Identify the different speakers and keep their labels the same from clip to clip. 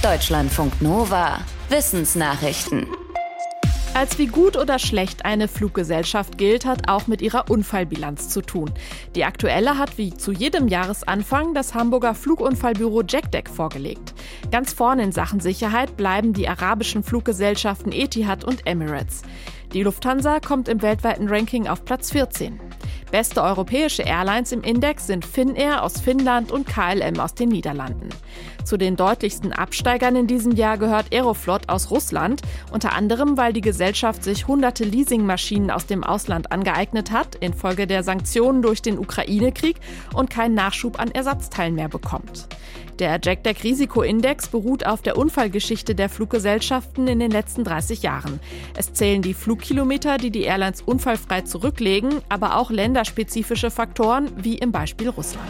Speaker 1: Deutschlandfunk Nova. Wissensnachrichten.
Speaker 2: Als wie gut oder schlecht eine Fluggesellschaft gilt, hat auch mit ihrer Unfallbilanz zu tun. Die aktuelle hat wie zu jedem Jahresanfang das Hamburger Flugunfallbüro JACDEC vorgelegt. Ganz vorne in Sachen Sicherheit bleiben die arabischen Fluggesellschaften Etihad und Emirates. Die Lufthansa kommt im weltweiten Ranking auf Platz 14. Beste europäische Airlines im Index sind Finnair aus Finnland und KLM aus den Niederlanden. Zu den deutlichsten Absteigern in diesem Jahr gehört Aeroflot aus Russland, unter anderem, weil die Gesellschaft sich hunderte Leasingmaschinen aus dem Ausland angeeignet hat, infolge der Sanktionen durch den Ukraine-Krieg und keinen Nachschub an Ersatzteilen mehr bekommt. Der JACDEC-Risikoindex beruht auf der Unfallgeschichte der Fluggesellschaften in den letzten 30 Jahren. Es zählen die Flugkilometer, die die Airlines unfallfrei zurücklegen, aber auch länderspezifische Faktoren, wie im Beispiel Russland.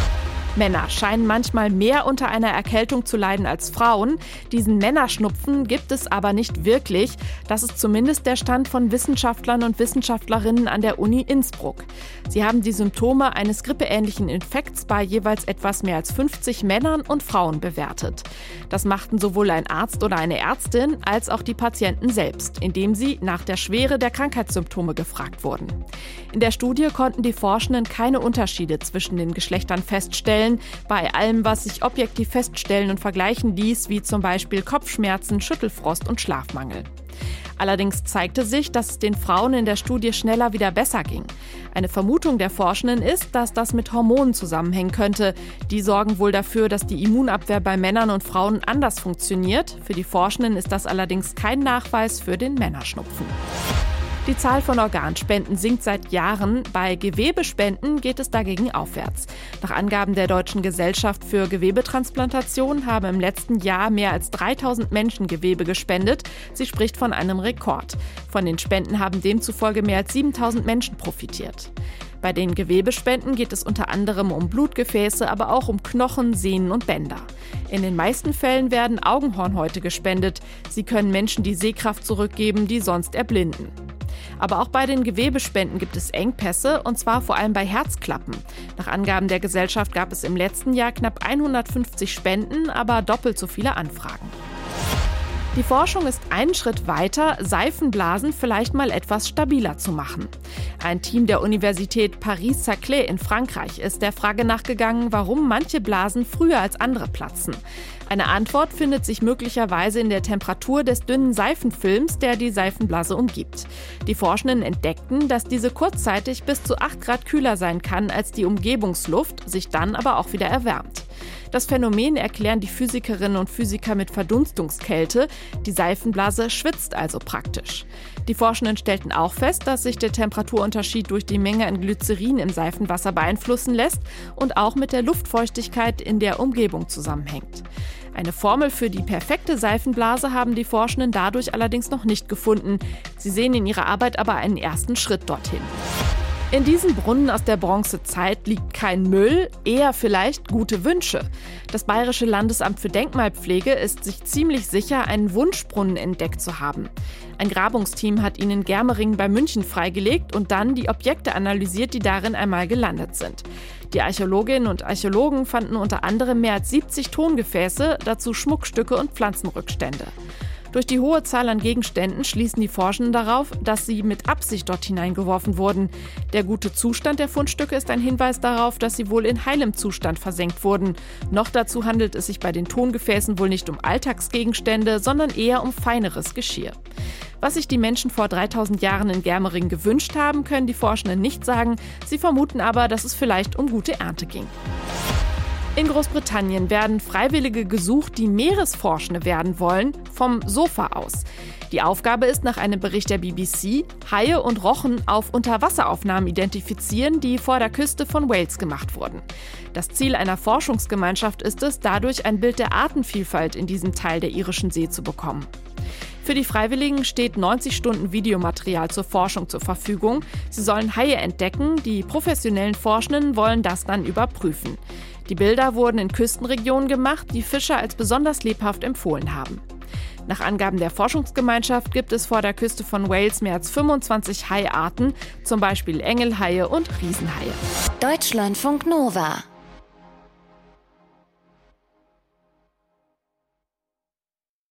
Speaker 2: Männer scheinen manchmal mehr unter einer Erkältung zu leiden als Frauen. Diesen Männerschnupfen gibt es aber nicht wirklich. Das ist zumindest der Stand von Wissenschaftlern und Wissenschaftlerinnen an der Uni Innsbruck. Sie haben die Symptome eines grippeähnlichen Infekts bei jeweils etwas mehr als 50 Männern und Frauen bewertet. Das machten sowohl ein Arzt oder eine Ärztin als auch die Patienten selbst, indem sie nach der Schwere der Krankheitssymptome gefragt wurden. In der Studie konnten die Forschenden keine Unterschiede zwischen den Geschlechtern feststellen, bei allem, was sich objektiv feststellen und vergleichen ließ, wie zum Beispiel Kopfschmerzen, Schüttelfrost und Schlafmangel. Allerdings zeigte sich, dass es den Frauen in der Studie schneller wieder besser ging. Eine Vermutung der Forschenden ist, dass das mit Hormonen zusammenhängen könnte. Die sorgen wohl dafür, dass die Immunabwehr bei Männern und Frauen anders funktioniert. Für die Forschenden ist das allerdings kein Nachweis für den Männerschnupfen. Die Zahl von Organspenden sinkt seit Jahren. Bei Gewebespenden geht es dagegen aufwärts. Nach Angaben der Deutschen Gesellschaft für Gewebetransplantation haben im letzten Jahr mehr als 3000 Menschen Gewebe gespendet. Sie spricht von einem Rekord. Von den Spenden haben demzufolge mehr als 7000 Menschen profitiert. Bei den Gewebespenden geht es unter anderem um Blutgefäße, aber auch um Knochen, Sehnen und Bänder. In den meisten Fällen werden Augenhornhäute gespendet. Sie können Menschen die Sehkraft zurückgeben, die sonst erblinden. Aber auch bei den Gewebespenden gibt es Engpässe, und zwar vor allem bei Herzklappen. Nach Angaben der Gesellschaft gab es im letzten Jahr knapp 150 Spenden, aber doppelt so viele Anfragen. Die Forschung ist einen Schritt weiter, Seifenblasen vielleicht mal etwas stabiler zu machen. Ein Team der Universität Paris-Saclay in Frankreich ist der Frage nachgegangen, warum manche Blasen früher als andere platzen. Eine Antwort findet sich möglicherweise in der Temperatur des dünnen Seifenfilms, der die Seifenblase umgibt. Die Forschenden entdeckten, dass diese kurzzeitig bis zu 8 Grad kühler sein kann als die Umgebungsluft, sich dann aber auch wieder erwärmt. Das Phänomen erklären die Physikerinnen und Physiker mit Verdunstungskälte. Die Seifenblase schwitzt also praktisch. Die Forschenden stellten auch fest, dass sich der Temperaturunterschied durch die Menge an Glycerin im Seifenwasser beeinflussen lässt und auch mit der Luftfeuchtigkeit in der Umgebung zusammenhängt. Eine Formel für die perfekte Seifenblase haben die Forschenden dadurch allerdings noch nicht gefunden. Sie sehen in ihrer Arbeit aber einen ersten Schritt dorthin. In diesen Brunnen aus der Bronzezeit liegt kein Müll, eher vielleicht gute Wünsche. Das Bayerische Landesamt für Denkmalpflege ist sich ziemlich sicher, einen Wunschbrunnen entdeckt zu haben. Ein Grabungsteam hat ihn in Germering bei München freigelegt und dann die Objekte analysiert, die darin einmal gelandet sind. Die Archäologinnen und Archäologen fanden unter anderem mehr als 70 Tongefäße, dazu Schmuckstücke und Pflanzenrückstände. Durch die hohe Zahl an Gegenständen schließen die Forschenden darauf, dass sie mit Absicht dort hineingeworfen wurden. Der gute Zustand der Fundstücke ist ein Hinweis darauf, dass sie wohl in heilem Zustand versenkt wurden. Noch dazu handelt es sich bei den Tongefäßen wohl nicht um Alltagsgegenstände, sondern eher um feineres Geschirr. Was sich die Menschen vor 3000 Jahren in Germering gewünscht haben, können die Forschenden nicht sagen. Sie vermuten aber, dass es vielleicht um gute Ernte ging. In Großbritannien werden Freiwillige gesucht, die Meeresforschende werden wollen, vom Sofa aus. Die Aufgabe ist nach einem Bericht der BBC, Haie und Rochen auf Unterwasseraufnahmen identifizieren, die vor der Küste von Wales gemacht wurden. Das Ziel einer Forschungsgemeinschaft ist es, dadurch ein Bild der Artenvielfalt in diesem Teil der irischen See zu bekommen. Für die Freiwilligen steht 90 Stunden Videomaterial zur Forschung zur Verfügung. Sie sollen Haie entdecken, die professionellen Forschenden wollen das dann überprüfen. Die Bilder wurden in Küstenregionen gemacht, die Fischer als besonders lebhaft empfohlen haben. Nach Angaben der Forschungsgemeinschaft gibt es vor der Küste von Wales mehr als 25 Haiarten, zum Beispiel Engelhaie und Riesenhaie.
Speaker 1: Deutschlandfunk Nova.